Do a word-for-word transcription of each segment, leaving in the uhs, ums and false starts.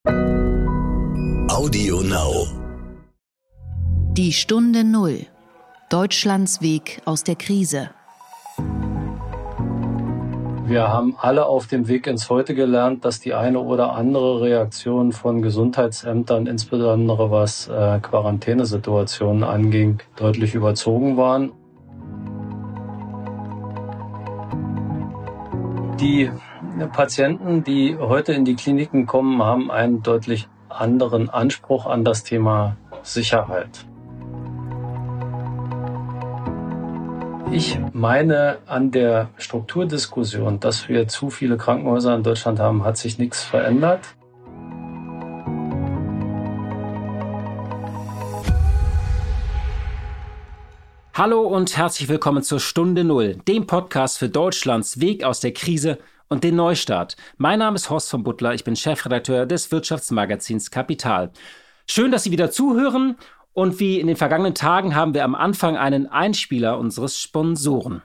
Audio Now. Die Stunde Null. Deutschlands Weg aus der Krise. Wir haben alle auf dem Weg ins Heute gelernt, dass die eine oder andere Reaktion von Gesundheitsämtern, insbesondere was äh, Quarantänesituationen anging, deutlich überzogen waren. Die Patienten, die heute in die Kliniken kommen, haben einen deutlich anderen Anspruch an das Thema Sicherheit. Ich meine, an der Strukturdiskussion, dass wir zu viele Krankenhäuser in Deutschland haben, hat sich nichts verändert. Hallo und herzlich willkommen zur Stunde Null, dem Podcast für Deutschlands Weg aus der Krise und den Neustart. Mein Name ist Horst von Butler, ich bin Chefredakteur des Wirtschaftsmagazins Kapital. Schön, dass Sie wieder zuhören. Und wie in den vergangenen Tagen haben wir am Anfang einen Einspieler unseres Sponsoren.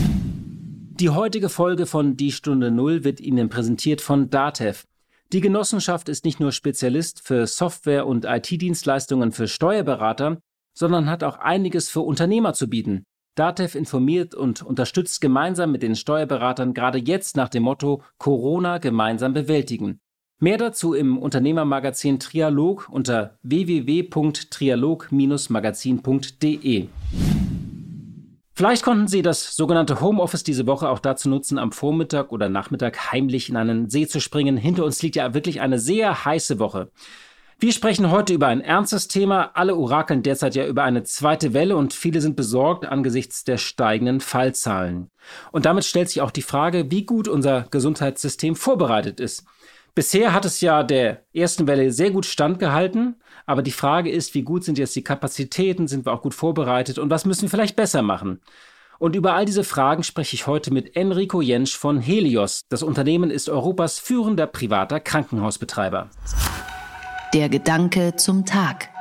Die heutige Folge von Die Stunde Null wird Ihnen präsentiert von DATEV. Die Genossenschaft ist nicht nur Spezialist für Software- und I T-Dienstleistungen für Steuerberater, sondern hat auch einiges für Unternehmer zu bieten. DATEV informiert und unterstützt gemeinsam mit den Steuerberatern gerade jetzt nach dem Motto Corona gemeinsam bewältigen. Mehr dazu im Unternehmermagazin Trialog unter w w w punkt trialog Bindestrich magazin punkt d e. Vielleicht konnten Sie das sogenannte Homeoffice diese Woche auch dazu nutzen, am Vormittag oder Nachmittag heimlich in einen See zu springen. Hinter uns liegt ja wirklich eine sehr heiße Woche. Wir sprechen heute über ein ernstes Thema. Alle orakeln derzeit ja über eine zweite Welle und viele sind besorgt angesichts der steigenden Fallzahlen. Und damit stellt sich auch die Frage, wie gut unser Gesundheitssystem vorbereitet ist. Bisher hat es ja der ersten Welle sehr gut standgehalten, aber die Frage ist, wie gut sind jetzt die Kapazitäten, sind wir auch gut vorbereitet und was müssen wir vielleicht besser machen? Und über all diese Fragen spreche ich heute mit Enrico Jentsch von Helios. Das Unternehmen ist Europas führender privater Krankenhausbetreiber. Der Gedanke zum Tag.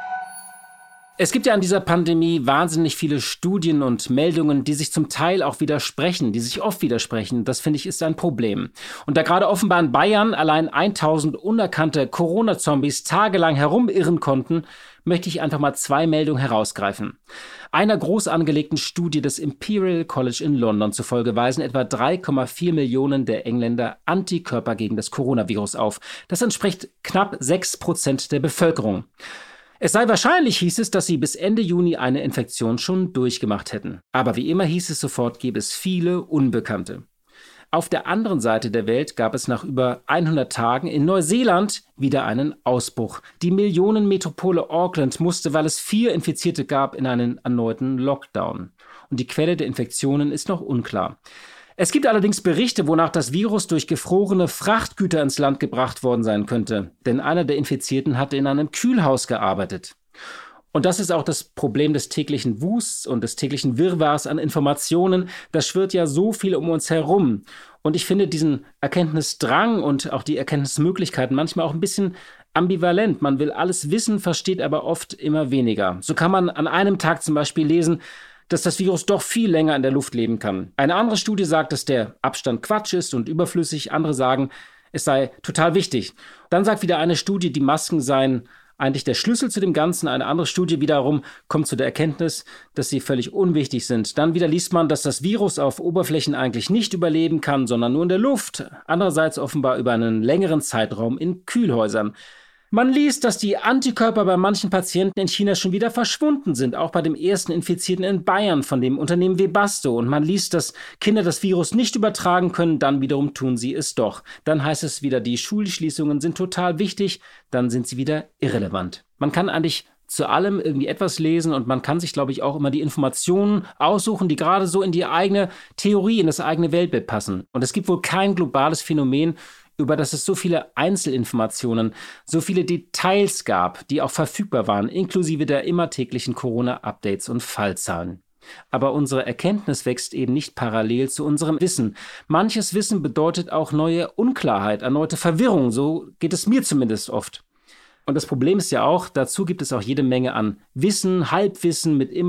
Es gibt ja an dieser Pandemie wahnsinnig viele Studien und Meldungen, die sich zum Teil auch widersprechen, die sich oft widersprechen. Das, finde ich, ist ein Problem. Und da gerade offenbar in Bayern allein tausend unerkannte Corona-Zombies tagelang herumirren konnten, möchte ich einfach mal zwei Meldungen herausgreifen. Einer groß angelegten Studie des Imperial College in London zufolge weisen etwa drei Komma vier Millionen der Engländer Antikörper gegen das Coronavirus auf. Das entspricht knapp sechs Prozent der Bevölkerung. Es sei wahrscheinlich, hieß es, dass sie bis Ende Juni eine Infektion schon durchgemacht hätten. Aber wie immer hieß es sofort, gäbe es viele Unbekannte. Auf der anderen Seite der Welt gab es nach über hundert Tagen in Neuseeland wieder einen Ausbruch. Die Millionenmetropole Auckland musste, weil es vier Infizierte gab, in einen erneuten Lockdown. Und die Quelle der Infektionen ist noch unklar. Es gibt allerdings Berichte, wonach das Virus durch gefrorene Frachtgüter ins Land gebracht worden sein könnte. Denn einer der Infizierten hatte in einem Kühlhaus gearbeitet. Und das ist auch das Problem des täglichen Wusts und des täglichen Wirrwarrs an Informationen. Da schwirrt ja so viel um uns herum. Und ich finde diesen Erkenntnisdrang und auch die Erkenntnismöglichkeiten manchmal auch ein bisschen ambivalent. Man will alles wissen, versteht aber oft immer weniger. So kann man an einem Tag zum Beispiel lesen, dass das Virus doch viel länger in der Luft leben kann. Eine andere Studie sagt, dass der Abstand Quatsch ist und überflüssig. Andere sagen, es sei total wichtig. Dann sagt wieder eine Studie, die Masken seien eigentlich der Schlüssel zu dem Ganzen. Eine andere Studie wiederum kommt zu der Erkenntnis, dass sie völlig unwichtig sind. Dann wieder liest man, dass das Virus auf Oberflächen eigentlich nicht überleben kann, sondern nur in der Luft. Andererseits offenbar über einen längeren Zeitraum in Kühlhäusern. Man liest, dass die Antikörper bei manchen Patienten in China schon wieder verschwunden sind, auch bei dem ersten Infizierten in Bayern von dem Unternehmen Webasto. Und man liest, dass Kinder das Virus nicht übertragen können, dann wiederum tun sie es doch. Dann heißt es wieder, die Schulschließungen sind total wichtig, dann sind sie wieder irrelevant. Man kann eigentlich zu allem irgendwie etwas lesen und man kann sich, glaube ich, auch immer die Informationen aussuchen, die gerade so in die eigene Theorie, in das eigene Weltbild passen. Und es gibt wohl kein globales Phänomen, über das es so viele Einzelinformationen, so viele Details gab, die auch verfügbar waren, inklusive der immer täglichen Corona-Updates und Fallzahlen. Aber unsere Erkenntnis wächst eben nicht parallel zu unserem Wissen. Manches Wissen bedeutet auch neue Unklarheit, erneute Verwirrung, so geht es mir zumindest oft. Und das Problem ist ja auch, dazu gibt es auch jede Menge an Wissen, Halbwissen mit immer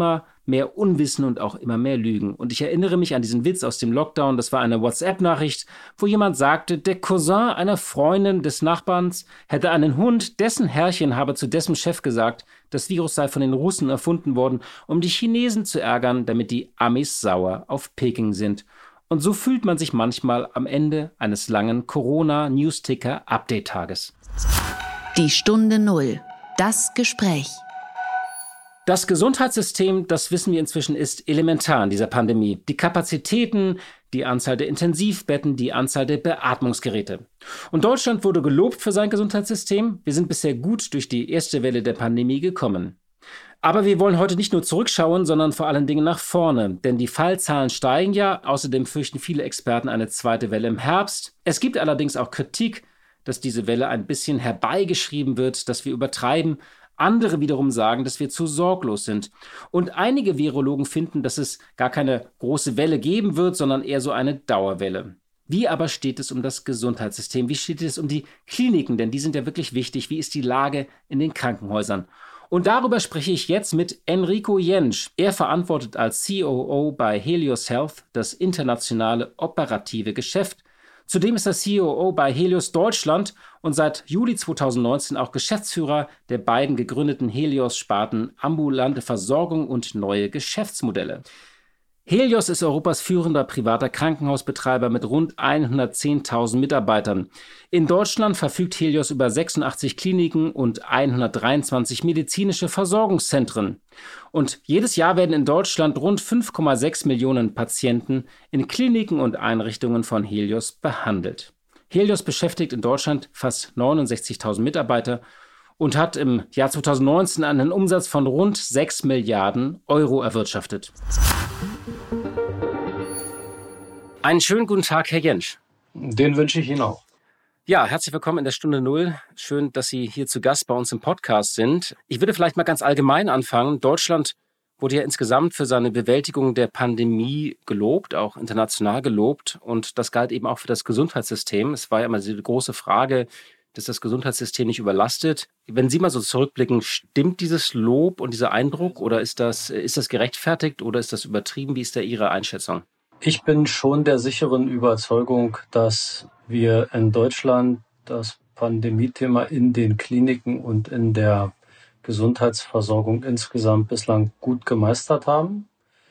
mehr Unwissen und auch immer mehr Lügen. Und ich erinnere mich an diesen Witz aus dem Lockdown, das war eine WhatsApp-Nachricht, wo jemand sagte, der Cousin einer Freundin des Nachbarns hätte einen Hund, dessen Herrchen habe zu dessen Chef gesagt, das Virus sei von den Russen erfunden worden, um die Chinesen zu ärgern, damit die Amis sauer auf Peking sind. Und so fühlt man sich manchmal am Ende eines langen Corona-Newsticker-Update-Tages. Die Stunde Null. Das Gespräch. Das Gesundheitssystem, das wissen wir inzwischen, ist elementar in dieser Pandemie. Die Kapazitäten, die Anzahl der Intensivbetten, die Anzahl der Beatmungsgeräte. Und Deutschland wurde gelobt für sein Gesundheitssystem. Wir sind bisher gut durch die erste Welle der Pandemie gekommen. Aber wir wollen heute nicht nur zurückschauen, sondern vor allen Dingen nach vorne. Denn die Fallzahlen steigen ja. Außerdem fürchten viele Experten eine zweite Welle im Herbst. Es gibt allerdings auch Kritik, dass diese Welle ein bisschen herbeigeschrieben wird, dass wir übertreiben. Andere wiederum sagen, dass wir zu sorglos sind. Und einige Virologen finden, dass es gar keine große Welle geben wird, sondern eher so eine Dauerwelle. Wie aber steht es um das Gesundheitssystem? Wie steht es um die Kliniken? Denn die sind ja wirklich wichtig. Wie ist die Lage in den Krankenhäusern? Und darüber spreche ich jetzt mit Enrico Jentsch. Er verantwortet als C O O bei Helios Health das internationale operative Geschäft. Zudem ist er C O O bei Helios Deutschland und seit Juli zweitausendneunzehn auch Geschäftsführer der beiden gegründeten Helios-Sparten ambulante Versorgung und neue Geschäftsmodelle. Helios ist Europas führender privater Krankenhausbetreiber mit rund hundertzehntausend Mitarbeitern. In Deutschland verfügt Helios über sechsundachtzig Kliniken und hundertdreiundzwanzig medizinische Versorgungszentren. Und jedes Jahr werden in Deutschland rund fünf Komma sechs Millionen Patienten in Kliniken und Einrichtungen von Helios behandelt. Helios beschäftigt in Deutschland fast neunundsechzigtausend Mitarbeiter und hat im Jahr zweitausendneunzehn einen Umsatz von rund sechs Milliarden Euro erwirtschaftet. Einen schönen guten Tag, Herr Jentsch. Den wünsche ich Ihnen auch. Ja, herzlich willkommen in der Stunde Null. Schön, dass Sie hier zu Gast bei uns im Podcast sind. Ich würde vielleicht mal ganz allgemein anfangen. Deutschland wurde ja insgesamt für seine Bewältigung der Pandemie gelobt, auch international gelobt. Und das galt eben auch für das Gesundheitssystem. Es war ja immer diese große Frage, dass das Gesundheitssystem nicht überlastet. Wenn Sie mal so zurückblicken, stimmt dieses Lob und dieser Eindruck oder ist das, ist das gerechtfertigt oder ist das übertrieben? Wie ist da Ihre Einschätzung? Ich bin schon der sicheren Überzeugung, dass wir in Deutschland das Pandemie-Thema in den Kliniken und in der Gesundheitsversorgung insgesamt bislang gut gemeistert haben.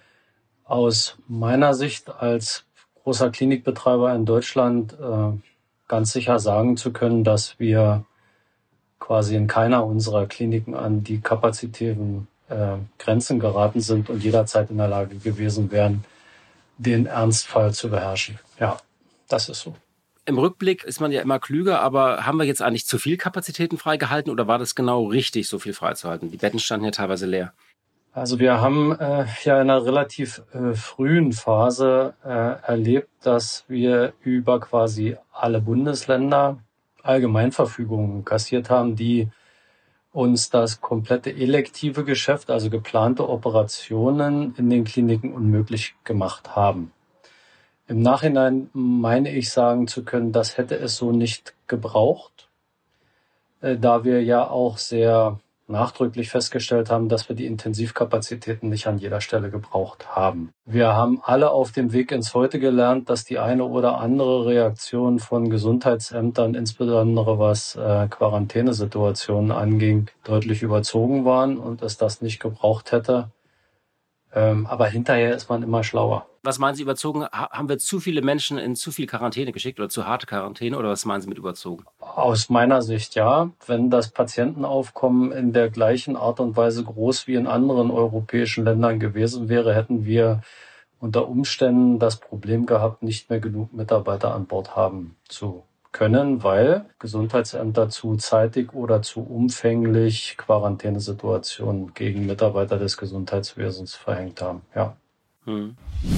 Aus meiner Sicht als großer Klinikbetreiber in Deutschland äh, ganz sicher sagen zu können, dass wir quasi in keiner unserer Kliniken an die kapazitären äh, Grenzen geraten sind und jederzeit in der Lage gewesen wären, den Ernstfall zu beherrschen. Ja, das ist so. Im Rückblick ist man ja immer klüger, aber haben wir jetzt eigentlich zu viel Kapazitäten freigehalten oder war das genau richtig, so viel freizuhalten? Die Betten standen ja teilweise leer. Also wir haben äh, ja in einer relativ äh, frühen Phase äh, erlebt, dass wir über quasi alle Bundesländer Allgemeinverfügungen kassiert haben, die uns das komplette elektive Geschäft, also geplante Operationen in den Kliniken unmöglich gemacht haben. Im Nachhinein meine ich sagen zu können, das hätte es so nicht gebraucht, äh, da wir ja auch sehr nachdrücklich festgestellt haben, dass wir die Intensivkapazitäten nicht an jeder Stelle gebraucht haben. Wir haben alle auf dem Weg ins Heute gelernt, dass die eine oder andere Reaktion von Gesundheitsämtern, insbesondere was äh, Quarantänesituationen anging, deutlich überzogen waren und es das nicht gebraucht hätte. Ähm, aber hinterher ist man immer schlauer. Was meinen Sie überzogen? Ha- haben wir zu viele Menschen in zu viel Quarantäne geschickt oder zu harte Quarantäne oder was meinen Sie mit überzogen? Aus meiner Sicht ja. Wenn das Patientenaufkommen in der gleichen Art und Weise groß wie in anderen europäischen Ländern gewesen wäre, hätten wir unter Umständen das Problem gehabt, nicht mehr genug Mitarbeiter an Bord haben zu können, weil Gesundheitsämter zu zeitig oder zu umfänglich Quarantänesituationen gegen Mitarbeiter des Gesundheitswesens verhängt haben. Ja. Hm.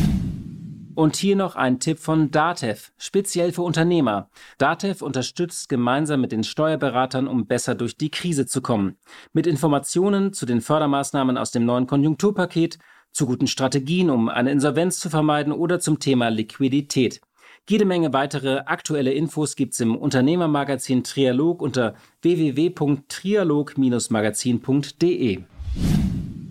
Und hier noch ein Tipp von DATEV, speziell für Unternehmer. DATEV unterstützt gemeinsam mit den Steuerberatern, um besser durch die Krise zu kommen. Mit Informationen zu den Fördermaßnahmen aus dem neuen Konjunkturpaket, zu guten Strategien, um eine Insolvenz zu vermeiden oder zum Thema Liquidität. Jede Menge weitere aktuelle Infos gibt's im Unternehmermagazin Trialog unter w w w punkt trialog Bindestrich magazin punkt d e.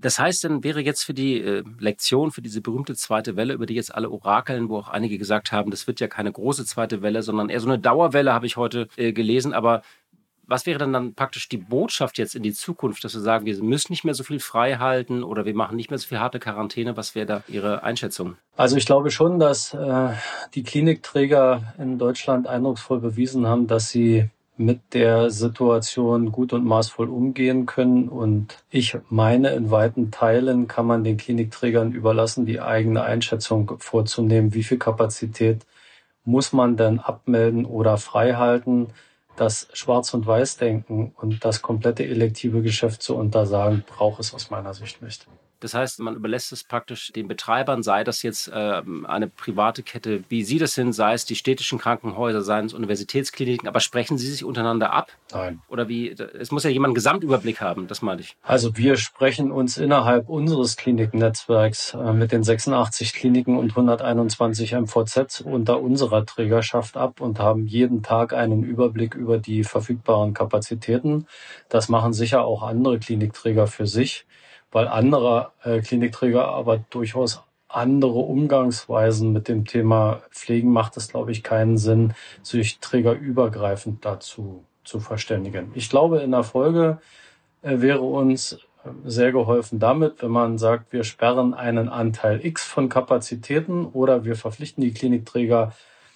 Das heißt, dann wäre jetzt für die äh, Lektion, für diese berühmte zweite Welle, über die jetzt alle orakeln, wo auch einige gesagt haben, das wird ja keine große zweite Welle, sondern eher so eine Dauerwelle, habe ich heute äh, gelesen. Aber was wäre dann, dann praktisch die Botschaft jetzt in die Zukunft, dass wir sagen, wir müssen nicht mehr so viel frei halten oder wir machen nicht mehr so viel harte Quarantäne? Was wäre da Ihre Einschätzung? Also ich glaube schon, dass äh, die Klinikträger in Deutschland eindrucksvoll bewiesen haben, dass sie mit der Situation gut und maßvoll umgehen können. Und ich meine, in weiten Teilen kann man den Klinikträgern überlassen, die eigene Einschätzung vorzunehmen, wie viel Kapazität muss man denn abmelden oder freihalten. Das Schwarz- und Weiß-Denken und das komplette elektive Geschäft zu untersagen, braucht es aus meiner Sicht nicht. Das heißt, man überlässt es praktisch den Betreibern, sei das jetzt äh, eine private Kette, wie Sie das sind, sei es die städtischen Krankenhäuser, seien es Universitätskliniken, aber sprechen Sie sich untereinander ab? Nein. Oder wie? Es muss ja jemand einen Gesamtüberblick haben, das meine ich. Also wir sprechen uns innerhalb unseres Kliniknetzwerks äh, mit den sechsundachtzig Kliniken und hunderteinundzwanzig M V Z unter unserer Trägerschaft ab und haben jeden Tag einen Überblick über die verfügbaren Kapazitäten. Das machen sicher auch andere Klinikträger für sich, weil andere äh, Klinikträger aber durchaus andere Umgangsweisen mit dem Thema pflegen, macht es, glaube ich, keinen Sinn, sich trägerübergreifend dazu zu verständigen. Ich glaube, in der Folge äh, wäre uns äh, sehr geholfen damit, wenn man sagt, wir sperren einen Anteil X von Kapazitäten oder wir verpflichten die Klinikträger,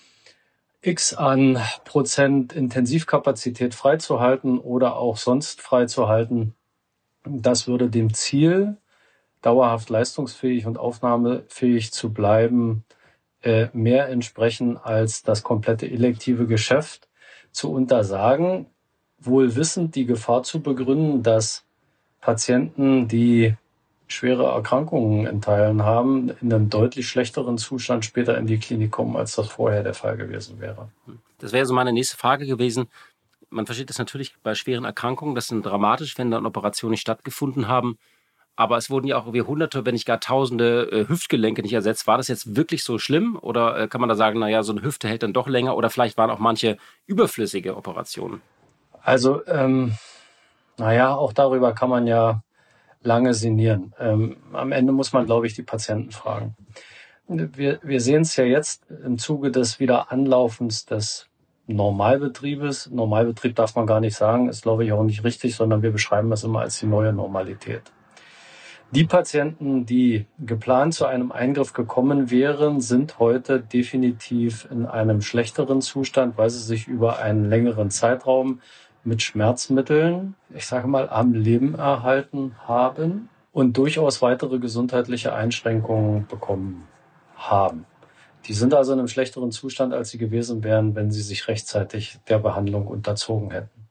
X an Prozent Intensivkapazität freizuhalten oder auch sonst freizuhalten. Das würde dem Ziel, dauerhaft leistungsfähig und aufnahmefähig zu bleiben, äh, mehr entsprechen, als das komplette elektive Geschäft zu untersagen, wohl wissend die Gefahr zu begründen, dass Patienten, die schwere Erkrankungen in Teilen haben, in einem deutlich schlechteren Zustand später in die Klinik kommen, als das vorher der Fall gewesen wäre. Das wäre so meine nächste Frage gewesen. Man versteht das natürlich bei schweren Erkrankungen, das sind dramatisch, wenn dann Operationen nicht stattgefunden haben. Aber es wurden ja auch irgendwie hunderte, wenn nicht gar tausende äh, Hüftgelenke nicht ersetzt. War das jetzt wirklich so schlimm? Oder äh, kann man da sagen, naja, so eine Hüfte hält dann doch länger? Oder vielleicht waren auch manche überflüssige Operationen? Also, ähm, naja, auch darüber kann man ja lange sinnieren. Ähm, am Ende muss man, glaube ich, die Patienten fragen. Wir, wir sehen es ja jetzt im Zuge des Wiederanlaufens des Normalbetriebes. Normalbetrieb darf man gar nicht sagen, ist, glaube ich, auch nicht richtig, sondern wir beschreiben das immer als die neue Normalität. Die Patienten, die geplant zu einem Eingriff gekommen wären, sind heute definitiv in einem schlechteren Zustand, weil sie sich über einen längeren Zeitraum mit Schmerzmitteln, ich sage mal, am Leben erhalten haben und durchaus weitere gesundheitliche Einschränkungen bekommen haben. Die sind also in einem schlechteren Zustand, als sie gewesen wären, wenn sie sich rechtzeitig der Behandlung unterzogen hätten.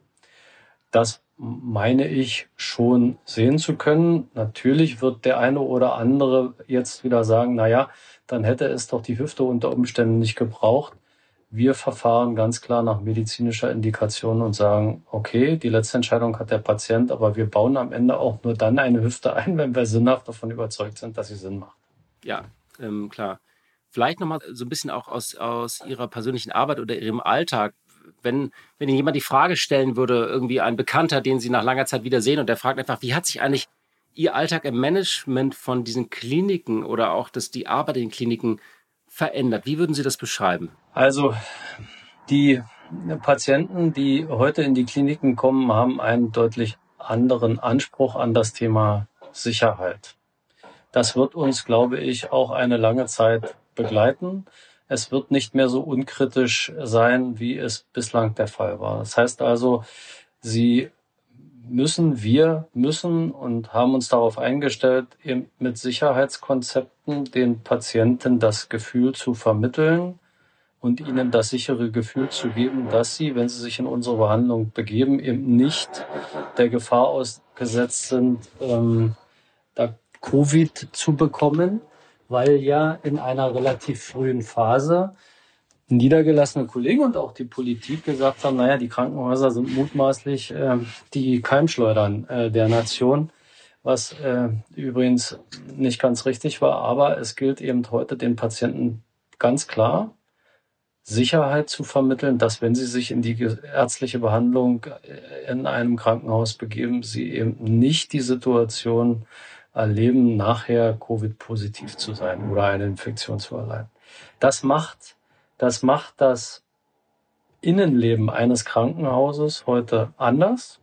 Das meine ich schon sehen zu können. Natürlich wird der eine oder andere jetzt wieder sagen, na ja, dann hätte es doch die Hüfte unter Umständen nicht gebraucht. Wir verfahren ganz klar nach medizinischer Indikation und sagen, okay, die letzte Entscheidung hat der Patient, aber wir bauen am Ende auch nur dann eine Hüfte ein, wenn wir sinnhaft davon überzeugt sind, dass sie Sinn macht. Ja, ähm, klar. Vielleicht nochmal so ein bisschen auch aus, aus Ihrer persönlichen Arbeit oder Ihrem Alltag. Wenn, wenn Ihnen jemand die Frage stellen würde, irgendwie ein Bekannter, den Sie nach langer Zeit wiedersehen, und der fragt einfach, wie hat sich eigentlich Ihr Alltag im Management von diesen Kliniken oder auch das, die Arbeit in den Kliniken verändert? Wie würden Sie das beschreiben? Also die Patienten, die heute in die Kliniken kommen, haben einen deutlich anderen Anspruch an das Thema Sicherheit. Das wird uns, glaube ich, auch eine lange Zeit begleiten. Es wird nicht mehr so unkritisch sein, wie es bislang der Fall war. Das heißt also, sie müssen, wir müssen und haben uns darauf eingestellt, eben mit Sicherheitskonzepten den Patienten das Gefühl zu vermitteln und ihnen das sichere Gefühl zu geben, dass sie, wenn sie sich in unsere Behandlung begeben, eben nicht der Gefahr ausgesetzt sind, ähm, da Covid zu bekommen, weil ja in einer relativ frühen Phase niedergelassene Kollegen und auch die Politik gesagt haben, naja, die Krankenhäuser sind mutmaßlich äh, die Keimschleudern äh, der Nation, was äh, übrigens nicht ganz richtig war, aber es gilt eben heute den Patienten ganz klar, Sicherheit zu vermitteln, dass wenn sie sich in die ärztliche Behandlung in einem Krankenhaus begeben, sie eben nicht die Situation erleben, nachher Covid-positiv zu sein oder eine Infektion zu erleiden. Das macht, das macht das Innenleben eines Krankenhauses heute anders.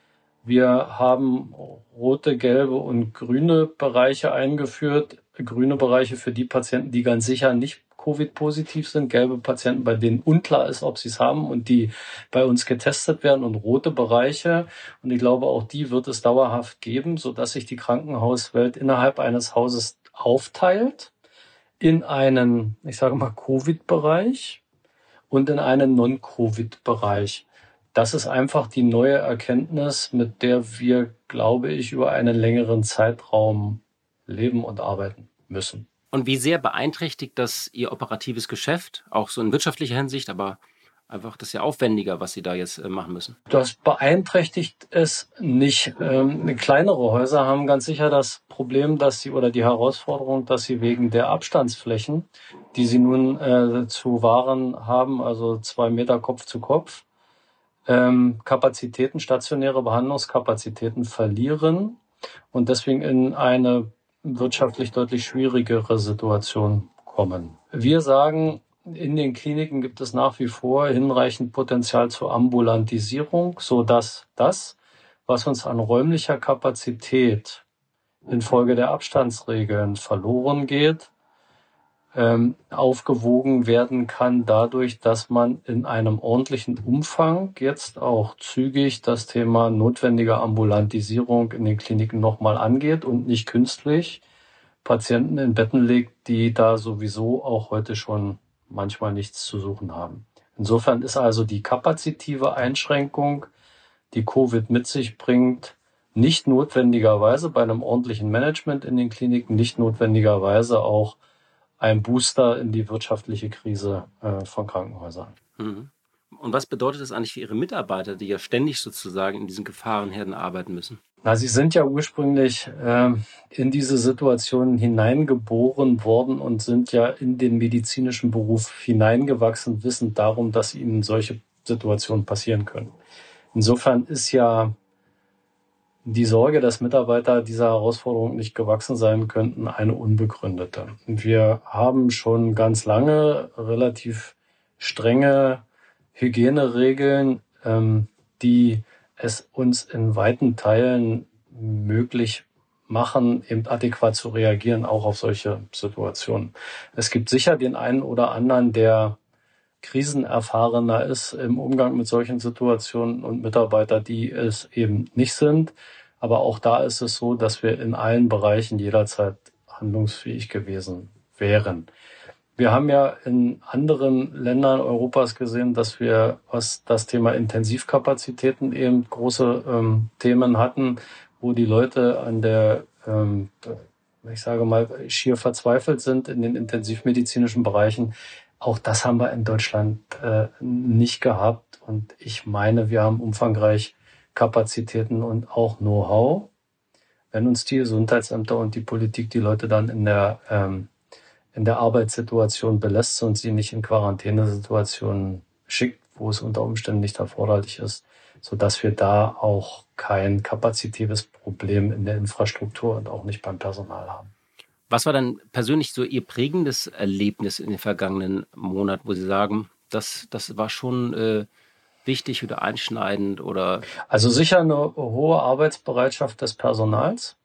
Wir haben rote, gelbe und grüne Bereiche eingeführt. Grüne Bereiche für die Patienten, die ganz sicher nicht Covid-positiv sind. Gelbe Patienten, bei denen unklar ist, ob sie es haben und die bei uns getestet werden. Und rote Bereiche. Und ich glaube, auch die wird es dauerhaft geben, sodass sich die Krankenhauswelt innerhalb eines Hauses aufteilt in einen, ich sage mal, Covid-Bereich und in einen Non-Covid-Bereich. Das ist einfach die neue Erkenntnis, mit der wir, glaube ich, über einen längeren Zeitraum leben und arbeiten müssen. Und wie sehr beeinträchtigt das Ihr operatives Geschäft, auch so in wirtschaftlicher Hinsicht, aber einfach das ist ja aufwendiger, was Sie da jetzt machen müssen? Das beeinträchtigt es nicht. Ähm, kleinere Häuser haben ganz sicher das Problem, dass sie oder die Herausforderung, dass sie wegen der Abstandsflächen, die sie nun äh, zu wahren haben, also zwei Meter Kopf zu Kopf, ähm, Kapazitäten, stationäre Behandlungskapazitäten verlieren und deswegen in eine wirtschaftlich deutlich schwierigere Situation kommen. Wir sagen, in den Kliniken gibt es nach wie vor hinreichend Potenzial zur Ambulantisierung, sodass das, was uns an räumlicher Kapazität infolge der Abstandsregeln verloren geht, ähm, aufgewogen werden kann dadurch, dass man in einem ordentlichen Umfang jetzt auch zügig das Thema notwendige Ambulantisierung in den Kliniken nochmal angeht und nicht künstlich Patienten in Betten legt, die da sowieso auch heute schon manchmal nichts zu suchen haben. Insofern ist also die kapazitive Einschränkung, die Covid mit sich bringt, nicht notwendigerweise bei einem ordentlichen Management in den Kliniken, nicht notwendigerweise auch ein Booster in die wirtschaftliche Krise äh, von Krankenhäusern. Mhm. Und was bedeutet das eigentlich für Ihre Mitarbeiter, die ja ständig sozusagen in diesen Gefahrenherden arbeiten müssen? Na, sie sind ja ursprünglich äh, in diese Situation hineingeboren worden und sind ja in den medizinischen Beruf hineingewachsen, wissend darum, dass ihnen solche Situationen passieren können. Insofern ist ja die Sorge, dass Mitarbeiter dieser Herausforderung nicht gewachsen sein könnten, eine unbegründete. Wir haben schon ganz lange relativ strenge Hygieneregeln, ähm, die es uns in weiten Teilen möglich machen, eben adäquat zu reagieren, auch auf solche Situationen. Es gibt sicher den einen oder anderen, der krisenerfahrener ist im Umgang mit solchen Situationen und Mitarbeiter, die es eben nicht sind. Aber auch da ist es so, dass wir in allen Bereichen jederzeit handlungsfähig gewesen wären. Wir haben ja in anderen Ländern Europas gesehen, dass wir, was das Thema Intensivkapazitäten eben große ähm, Themen hatten, wo die Leute an der, ähm, ich sage mal, schier verzweifelt sind in den intensivmedizinischen Bereichen. Auch das haben wir in Deutschland äh, nicht gehabt. Und ich meine, wir haben umfangreich Kapazitäten und auch Know-how. Wenn uns die Gesundheitsämter und die Politik die Leute dann in der ähm, in der Arbeitssituation belässt und sie nicht in Quarantänesituationen schickt, wo es unter Umständen nicht erforderlich ist, sodass wir da auch kein kapazitives Problem in der Infrastruktur und auch nicht beim Personal haben. Was war dann persönlich so Ihr prägendes Erlebnis in den vergangenen Monaten, wo Sie sagen, das, das war schon äh, wichtig oder einschneidend? Oder? Also sicher eine hohe Arbeitsbereitschaft des Personals,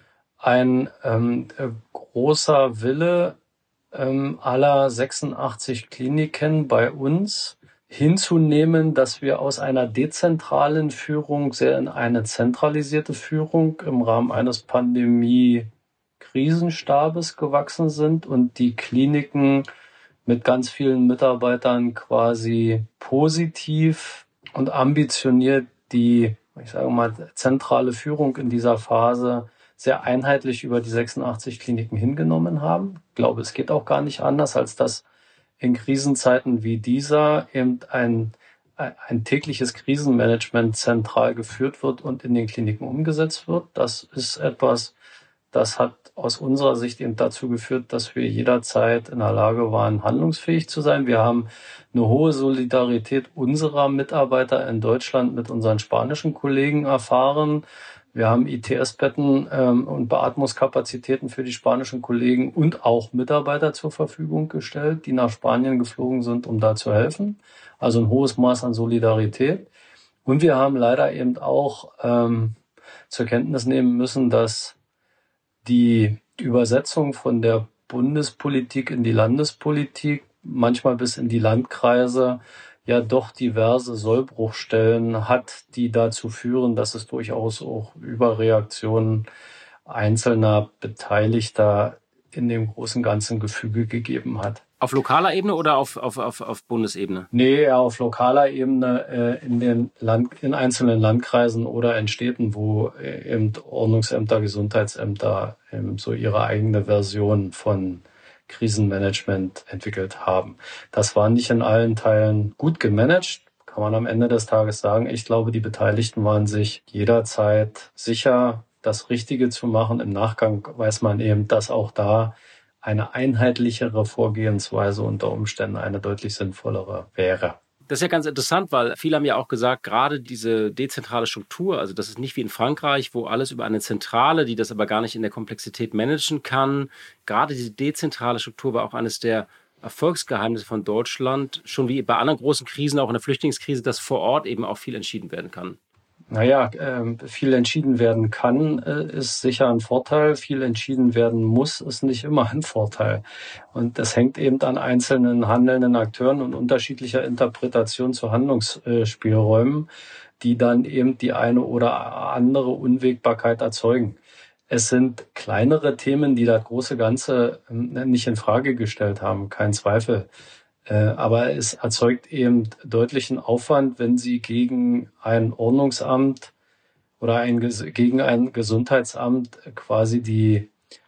ein ähm, großer Wille ähm, aller sechsundachtzig Kliniken bei uns hinzunehmen, dass wir aus einer dezentralen Führung sehr in eine zentralisierte Führung im Rahmen eines Pandemie-Krisenstabes gewachsen sind und die Kliniken mit ganz vielen Mitarbeitern quasi positiv und ambitioniert die, ich sage mal, zentrale Führung in dieser Phase sehr einheitlich über die sechsundachtzig Kliniken hingenommen haben. Ich glaube, es geht auch gar nicht anders, als dass in Krisenzeiten wie dieser eben ein, ein tägliches Krisenmanagement zentral geführt wird und in den Kliniken umgesetzt wird. Das ist etwas, das hat aus unserer Sicht eben dazu geführt, dass wir jederzeit in der Lage waren, handlungsfähig zu sein. Wir haben eine hohe Solidarität unserer Mitarbeiter in Deutschland mit unseren spanischen Kollegen erfahren. Wir haben I T S-Betten ähm, und Beatmungskapazitäten für die spanischen Kollegen und auch Mitarbeiter zur Verfügung gestellt, die nach Spanien geflogen sind, um da zu helfen. Also ein hohes Maß an Solidarität. Und wir haben leider eben auch ähm, zur Kenntnis nehmen müssen, dass die Übersetzung von der Bundespolitik in die Landespolitik, manchmal bis in die Landkreise, ja doch diverse Sollbruchstellen hat, die dazu führen, dass es durchaus auch Überreaktionen einzelner Beteiligter in dem großen ganzen Gefüge gegeben hat. Auf lokaler Ebene oder auf, auf, auf, auf Bundesebene? Nee, eher auf lokaler Ebene äh, in den Land, in einzelnen Landkreisen oder in Städten, wo äh, eben Ordnungsämter, Gesundheitsämter eben so ihre eigene Version von Krisenmanagement entwickelt haben. Das war nicht in allen Teilen gut gemanagt, kann man am Ende des Tages sagen. Ich glaube, die Beteiligten waren sich jederzeit sicher, das Richtige zu machen. Im Nachgang weiß man eben, dass auch da eine einheitlichere Vorgehensweise unter Umständen eine deutlich sinnvollere wäre. Das ist ja ganz interessant, weil viele haben ja auch gesagt, gerade diese dezentrale Struktur, also das ist nicht wie in Frankreich, wo alles über eine Zentrale, die das aber gar nicht in der Komplexität managen kann. Gerade diese dezentrale Struktur war auch eines der Erfolgsgeheimnisse von Deutschland, schon wie bei anderen großen Krisen, auch in der Flüchtlingskrise, dass vor Ort eben auch viel entschieden werden kann. Naja, äh, viel entschieden werden kann, äh, ist sicher ein Vorteil. Viel entschieden werden muss, ist nicht immer ein Vorteil. Und das hängt eben an einzelnen handelnden Akteuren und unterschiedlicher Interpretation zu Handlungsspielräumen, die dann eben die eine oder andere Unwägbarkeit erzeugen. Es sind kleinere Themen, die das große Ganze äh, nicht in Frage gestellt haben, kein Zweifel. Aber es erzeugt eben deutlichen Aufwand, wenn Sie gegen ein Ordnungsamt oder ein, gegen ein Gesundheitsamt quasi die,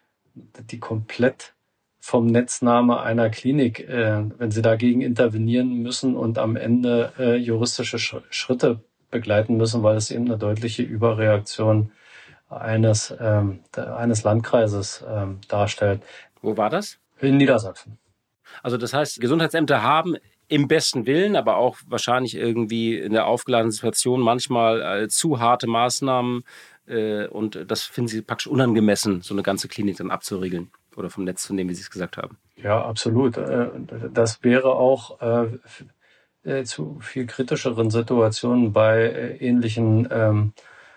die komplett vom Netznahme einer Klinik, äh, wenn Sie dagegen intervenieren müssen und am Ende äh, juristische Sch- Schritte begleiten müssen, weil es eben eine deutliche Überreaktion eines, ähm, eines Landkreises ähm, darstellt. Wo war das? In Niedersachsen. Also das heißt, Gesundheitsämter haben im besten Willen, aber auch wahrscheinlich irgendwie in der aufgeladenen Situation manchmal äh, zu harte Maßnahmen äh, und das finden Sie praktisch unangemessen, so eine ganze Klinik dann abzuriegeln oder vom Netz zu nehmen, wie Sie es gesagt haben. Ja, absolut. Das wäre auch äh, zu viel kritischeren Situationen bei äh, ähnlichen ähm,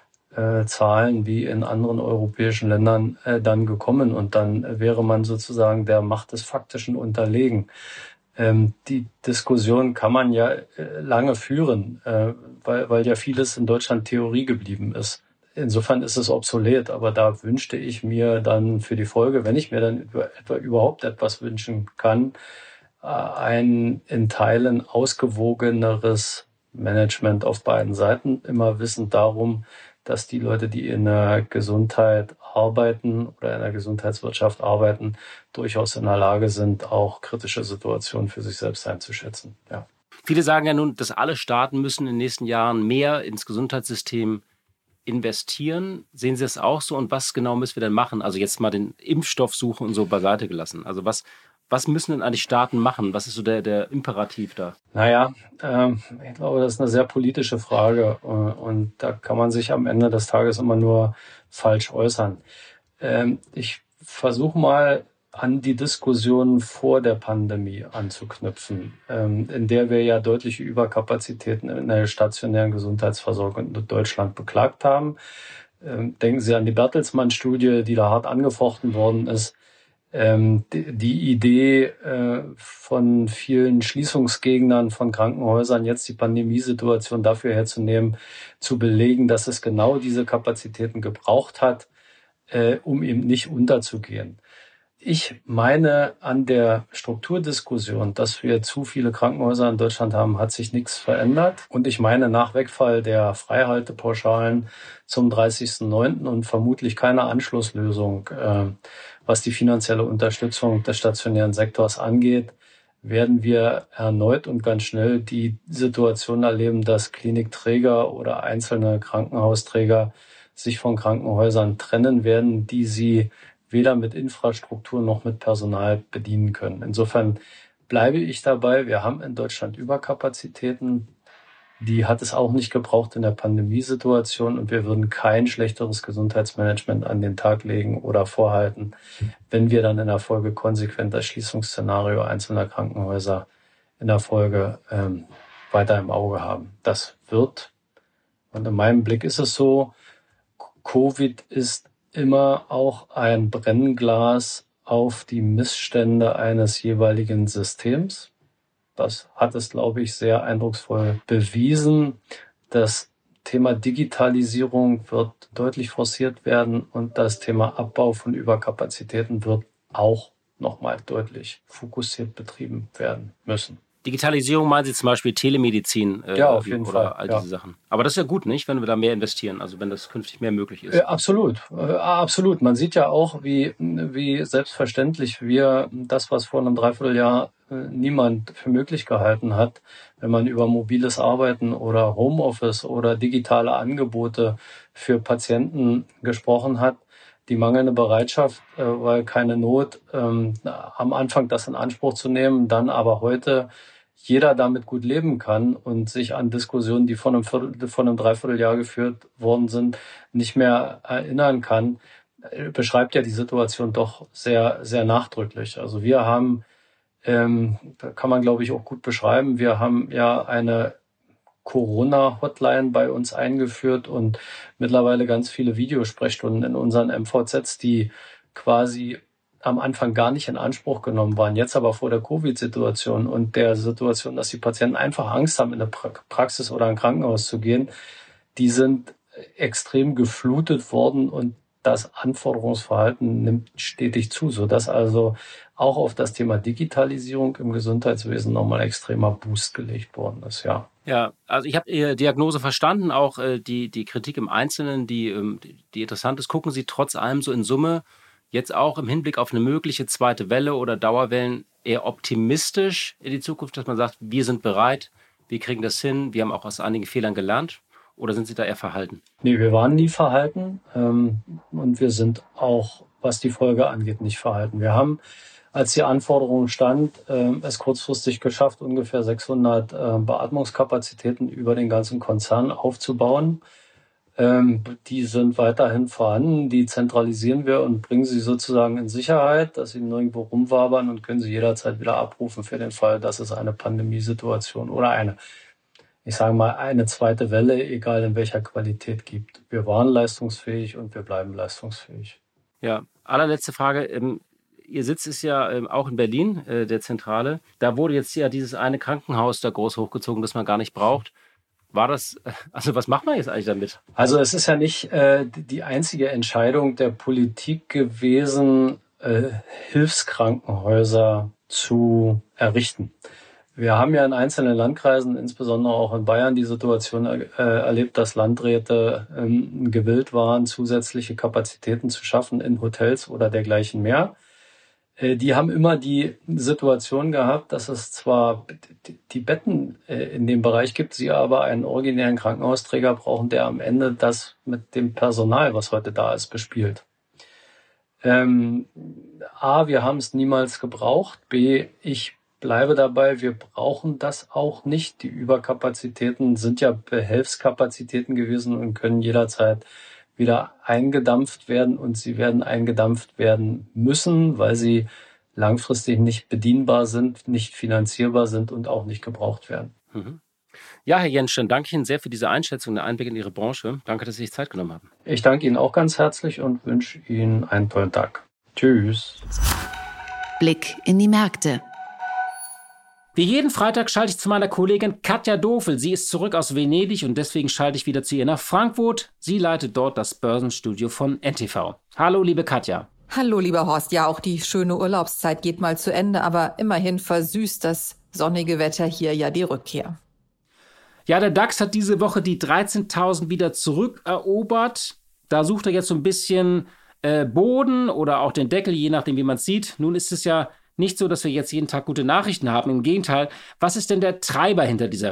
äh, Zahlen wie in anderen europäischen Ländern äh, dann gekommen und dann wäre man sozusagen der Macht des Faktischen unterlegen. Ähm, die Diskussion kann man ja äh, lange führen, äh, weil, weil ja vieles in Deutschland Theorie geblieben ist. Insofern ist es obsolet, aber da wünschte ich mir dann für die Folge, wenn ich mir dann über, etwa überhaupt etwas wünschen kann, äh, ein in Teilen ausgewogeneres Management auf beiden Seiten, immer wissend darum, dass die Leute, die in der Gesundheit arbeiten oder in der Gesundheitswirtschaft arbeiten, durchaus in der Lage sind, auch kritische Situationen für sich selbst einzuschätzen. Ja. Viele sagen ja nun, dass alle Staaten müssen in den nächsten Jahren mehr ins Gesundheitssystem investieren. Sehen Sie das auch so? Und was genau müssen wir denn machen? Also jetzt mal den Impfstoff suchen und so beiseite gelassen. Also was, was müssen denn eigentlich Staaten machen? Was ist so der, der Imperativ da? Naja, ähm, ich glaube, das ist eine sehr politische Frage und da kann man sich am Ende des Tages immer nur falsch äußern. Ähm, ich versuche mal an die Diskussion vor der Pandemie anzuknüpfen, ähm, in der wir ja deutliche Überkapazitäten in der stationären Gesundheitsversorgung in Deutschland beklagt haben. Ähm, denken Sie an die Bertelsmann-Studie, die da hart angefochten worden ist. Ähm, die, die Idee äh, von vielen Schließungsgegnern von Krankenhäusern, jetzt die Pandemiesituation dafür herzunehmen, zu belegen, dass es genau diese Kapazitäten gebraucht hat, äh, um eben nicht unterzugehen. Ich meine, an der Strukturdiskussion, dass wir zu viele Krankenhäuser in Deutschland haben, hat sich nichts verändert. Und ich meine, nach Wegfall der Freihaltepauschalen zum dreißigsten neunten und vermutlich keine Anschlusslösung, äh, was die finanzielle Unterstützung des stationären Sektors angeht, werden wir erneut und ganz schnell die Situation erleben, dass Klinikträger oder einzelne Krankenhausträger sich von Krankenhäusern trennen werden, die sie weder mit Infrastruktur noch mit Personal bedienen können. Insofern bleibe ich dabei, wir haben in Deutschland Überkapazitäten. Die hat es auch nicht gebraucht in der Pandemiesituation und wir würden kein schlechteres Gesundheitsmanagement an den Tag legen oder vorhalten, wenn wir dann in der Folge konsequent das Schließungsszenario einzelner Krankenhäuser in der Folge ähm, weiter im Auge haben. Das wird, und in meinem Blick ist es so, Covid ist immer auch ein Brennglas auf die Missstände eines jeweiligen Systems. Das hat es, glaube ich, sehr eindrucksvoll bewiesen. Das Thema Digitalisierung wird deutlich forciert werden und das Thema Abbau von Überkapazitäten wird auch nochmal deutlich fokussiert betrieben werden müssen. Digitalisierung meinen Sie zum Beispiel Telemedizin äh, ja, auf jeden oder Fall, all ja. diese Sachen. Aber das ist ja gut, nicht, wenn wir da mehr investieren, also wenn das künftig mehr möglich ist. Äh, absolut, äh, absolut. Man sieht ja auch, wie, wie selbstverständlich wir das, was vor einem Dreivierteljahr äh, niemand für möglich gehalten hat, wenn man über mobiles Arbeiten oder Homeoffice oder digitale Angebote für Patienten gesprochen hat, die mangelnde Bereitschaft, äh, weil keine Not, ähm, am Anfang das in Anspruch zu nehmen, dann aber heute jeder damit gut leben kann und sich an Diskussionen, die von einem, Viertel, von einem Dreivierteljahr geführt worden sind, nicht mehr erinnern kann, beschreibt ja die Situation doch sehr, sehr nachdrücklich. Also wir haben, ähm, da kann man glaube ich auch gut beschreiben, wir haben ja eine Corona-Hotline bei uns eingeführt und mittlerweile ganz viele Videosprechstunden in unseren M V Zs, die quasi am Anfang gar nicht in Anspruch genommen waren, jetzt aber vor der Covid-Situation und der Situation, dass die Patienten einfach Angst haben, in eine Praxis oder ein Krankenhaus zu gehen, die sind extrem geflutet worden und das Anforderungsverhalten nimmt stetig zu, sodass also auch auf das Thema Digitalisierung im Gesundheitswesen nochmal extremer Boost gelegt worden ist, ja. Ja, also ich habe Ihre Diagnose verstanden, auch äh, die, die Kritik im Einzelnen, die, ähm, die interessant ist. Gucken Sie trotz allem so in Summe jetzt auch im Hinblick auf eine mögliche zweite Welle oder Dauerwellen eher optimistisch in die Zukunft, dass man sagt, wir sind bereit, wir kriegen das hin, wir haben auch aus einigen Fehlern gelernt? Oder sind Sie da eher verhalten? Nee, wir waren nie verhalten ähm, und wir sind auch, was die Folge angeht, nicht verhalten. Wir haben, als die Anforderung stand, äh, es kurzfristig geschafft, ungefähr sechshundert äh, Beatmungskapazitäten über den ganzen Konzern aufzubauen. Ähm, die sind weiterhin vorhanden, die zentralisieren wir und bringen sie sozusagen in Sicherheit, dass sie nirgendwo rumwabern und können sie jederzeit wieder abrufen für den Fall, dass es eine Pandemiesituation oder eine, ich sage mal, eine zweite Welle, egal in welcher Qualität gibt. Wir waren leistungsfähig und wir bleiben leistungsfähig. Ja, allerletzte Frage. Ähm, Ihr Sitz ist ja ähm, auch in Berlin, äh, der Zentrale. Da wurde jetzt ja dieses eine Krankenhaus da groß hochgezogen, das man gar nicht braucht. War das, also was macht man jetzt eigentlich damit? Also es ist ja nicht äh, die einzige Entscheidung der Politik gewesen, äh, Hilfskrankenhäuser zu errichten. Wir haben ja in einzelnen Landkreisen, insbesondere auch in Bayern, die Situation äh, erlebt, dass Landräte ähm, gewillt waren, zusätzliche Kapazitäten zu schaffen in Hotels oder dergleichen mehr. Die haben immer die Situation gehabt, dass es zwar die Betten in dem Bereich gibt, sie aber einen originären Krankenhausträger brauchen, der am Ende das mit dem Personal, was heute da ist, bespielt. Ähm, A, wir haben es niemals gebraucht. B, ich bleibe dabei, wir brauchen das auch nicht. Die Überkapazitäten sind ja Behelfskapazitäten gewesen und können jederzeit wieder eingedampft werden und sie werden eingedampft werden müssen, weil sie langfristig nicht bedienbar sind, nicht finanzierbar sind und auch nicht gebraucht werden. Mhm. Ja, Herr Jenschen, danke Ihnen sehr für diese Einschätzung, den Einblick in Ihre Branche. Danke, dass Sie sich Zeit genommen haben. Ich danke Ihnen auch ganz herzlich und wünsche Ihnen einen tollen Tag. Tschüss. Blick in die Märkte. Wie jeden Freitag schalte ich zu meiner Kollegin Katja Dofel. Sie ist zurück aus Venedig und deswegen schalte ich wieder zu ihr nach Frankfurt. Sie leitet dort das Börsenstudio von N T V. Hallo, liebe Katja. Hallo, lieber Horst. Ja, auch die schöne Urlaubszeit geht mal zu Ende, aber immerhin versüßt das sonnige Wetter hier ja die Rückkehr. Ja, der DAX hat diese Woche die dreizehntausend wieder zurückerobert. Da sucht er jetzt so ein bisschen äh, Boden oder auch den Deckel, je nachdem, wie man es sieht. Nun ist es ja nicht so, dass wir jetzt jeden Tag gute Nachrichten haben. Im Gegenteil, was ist denn der Treiber hinter dieser Rallye?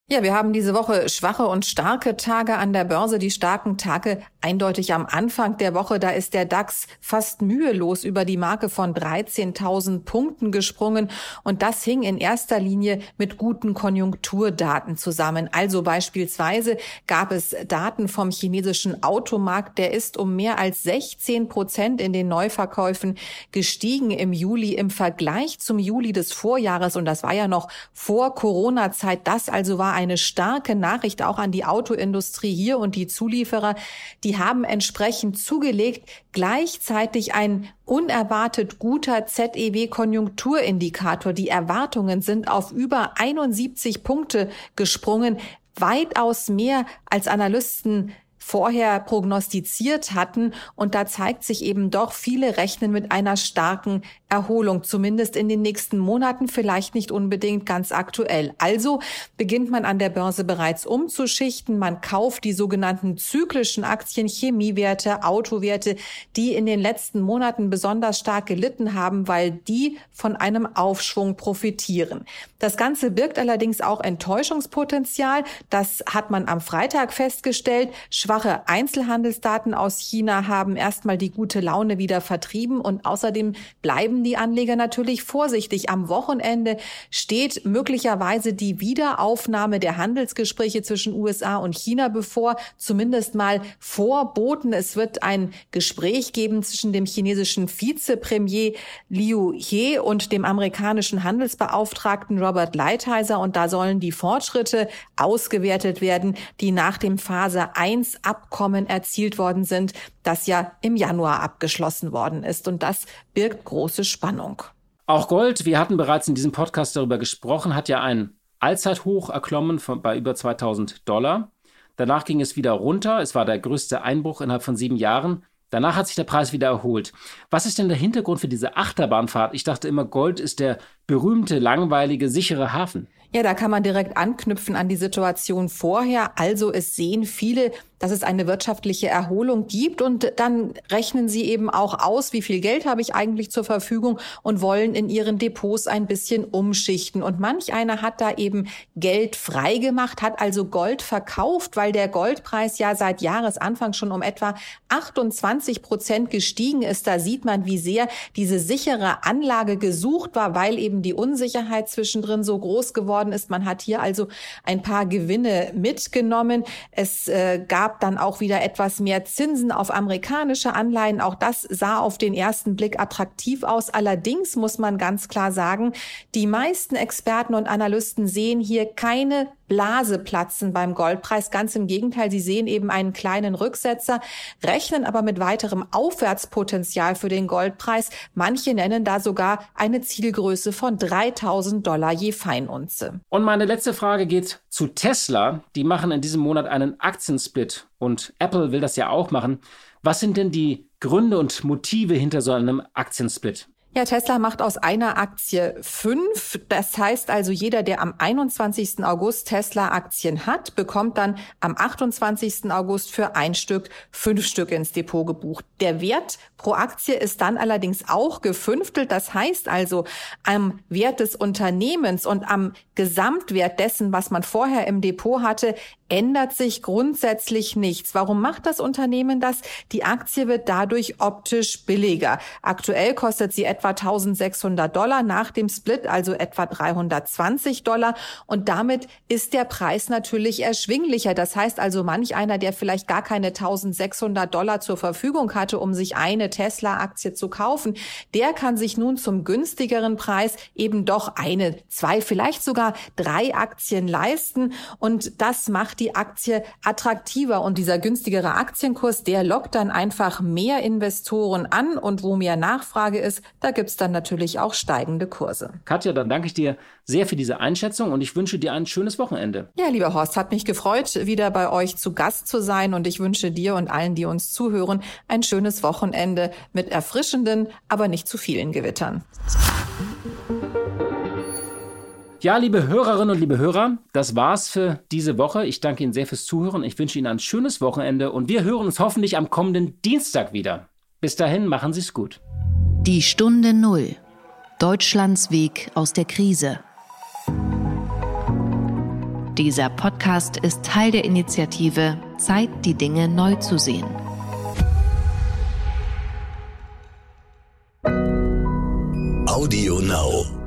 Ja, wir haben diese Woche schwache und starke Tage an der Börse. Die starken Tage eindeutig am Anfang der Woche. Da ist der DAX fast mühelos über die Marke von dreizehntausend Punkten gesprungen. Und das hing in erster Linie mit guten Konjunkturdaten zusammen. Also beispielsweise gab es Daten vom chinesischen Automarkt. Der ist um mehr als sechzehn Prozent in den Neuverkäufen gestiegen im Juli im Vergleich zum Juli des Vorjahres. Und das war ja noch vor Corona-Zeit. Das also war eine starke Nachricht auch an die Autoindustrie hier und die Zulieferer. Die haben entsprechend zugelegt. Gleichzeitig ein unerwartet guter Z E W-Konjunkturindikator. Die Erwartungen sind auf über einundsiebzig Punkte gesprungen. Weitaus mehr als Analysten vorher prognostiziert hatten. Und da zeigt sich eben doch, viele rechnen mit einer starken Erholung, zumindest in den nächsten Monaten, vielleicht nicht unbedingt ganz aktuell. Also beginnt man an der Börse bereits umzuschichten. Man kauft die sogenannten zyklischen Aktien, Chemiewerte, Autowerte, die in den letzten Monaten besonders stark gelitten haben, weil die von einem Aufschwung profitieren. Das Ganze birgt allerdings auch Enttäuschungspotenzial. Das hat man am Freitag festgestellt. Schwache Einzelhandelsdaten aus China haben erstmal die gute Laune wieder vertrieben und außerdem bleiben die Anleger natürlich vorsichtig. Am Wochenende steht möglicherweise die Wiederaufnahme der Handelsgespräche zwischen U S A und China bevor, zumindest mal vorboten. Es wird ein Gespräch geben zwischen dem chinesischen Vizepremier Liu He und dem amerikanischen Handelsbeauftragten Robert Lighthizer und da sollen die Fortschritte ausgewertet werden, die nach dem Phase eins Abkommen erzielt worden sind, das ja im Januar abgeschlossen worden ist. Und das birgt große Spannung. Auch Gold, wir hatten bereits in diesem Podcast darüber gesprochen, hat ja ein Allzeithoch erklommen von, bei über zweitausend Dollar. Danach ging es wieder runter. Es war der größte Einbruch innerhalb von sieben Jahren. Danach hat sich der Preis wieder erholt. Was ist denn der Hintergrund für diese Achterbahnfahrt? Ich dachte immer, Gold ist der berühmte, langweilige, sichere Hafen. Ja, da kann man direkt anknüpfen an die Situation vorher. Also es sehen viele, dass es eine wirtschaftliche Erholung gibt und dann rechnen sie eben auch aus, wie viel Geld habe ich eigentlich zur Verfügung und wollen in ihren Depots ein bisschen umschichten. Und manch einer hat da eben Geld frei gemacht, hat also Gold verkauft, weil der Goldpreis ja seit Jahresanfang schon um etwa achtundzwanzig Prozent gestiegen ist. Da sieht man, wie sehr diese sichere Anlage gesucht war, weil eben die Unsicherheit zwischendrin so groß geworden ist. Man hat hier also ein paar Gewinne mitgenommen. Es äh, gab dann auch wieder etwas mehr Zinsen auf amerikanische Anleihen. Auch das sah auf den ersten Blick attraktiv aus. Allerdings muss man ganz klar sagen, die meisten Experten und Analysten sehen hier keine Blase platzen beim Goldpreis. Ganz im Gegenteil, sie sehen eben einen kleinen Rücksetzer, rechnen aber mit weiterem Aufwärtspotenzial für den Goldpreis. Manche nennen da sogar eine Zielgröße von dreitausend Dollar je Feinunze. Und meine letzte Frage geht zu Tesla. Die machen in diesem Monat einen Aktiensplit und Apple will das ja auch machen. Was sind denn die Gründe und Motive hinter so einem Aktiensplit? Ja, Tesla macht aus einer Aktie fünf. Das heißt also, jeder, der am einundzwanzigsten August Tesla-Aktien hat, bekommt dann am achtundzwanzigsten August für ein Stück fünf Stück ins Depot gebucht. Der Wert pro Aktie ist dann allerdings auch gefünftelt. Das heißt also, am Wert des Unternehmens und am Gesamtwert dessen, was man vorher im Depot hatte, ändert sich grundsätzlich nichts. Warum macht das Unternehmen das? Die Aktie wird dadurch optisch billiger. Aktuell kostet sie etwa eintausendsechshundert Dollar, nach dem Split also etwa dreihundertzwanzig Dollar und damit ist der Preis natürlich erschwinglicher. Das heißt also, manch einer, der vielleicht gar keine eintausendsechshundert Dollar zur Verfügung hatte, um sich eine Tesla-Aktie zu kaufen, der kann sich nun zum günstigeren Preis eben doch eine, zwei, vielleicht sogar drei Aktien leisten und das macht die Aktie attraktiver und dieser günstigere Aktienkurs, der lockt dann einfach mehr Investoren an und wo mehr Nachfrage ist, da gibt's dann natürlich auch steigende Kurse. Katja, dann danke ich dir sehr für diese Einschätzung und ich wünsche dir ein schönes Wochenende. Ja, lieber Horst, hat mich gefreut, wieder bei euch zu Gast zu sein und ich wünsche dir und allen, die uns zuhören, ein schönes Wochenende mit erfrischenden, aber nicht zu vielen Gewittern. Ja, liebe Hörerinnen und liebe Hörer, das war's für diese Woche. Ich danke Ihnen sehr fürs Zuhören. Ich wünsche Ihnen ein schönes Wochenende und wir hören uns hoffentlich am kommenden Dienstag wieder. Bis dahin, machen Sie es gut. Die Stunde Null. Deutschlands Weg aus der Krise. Dieser Podcast ist Teil der Initiative Zeit, die Dinge neu zu sehen. Audio Now.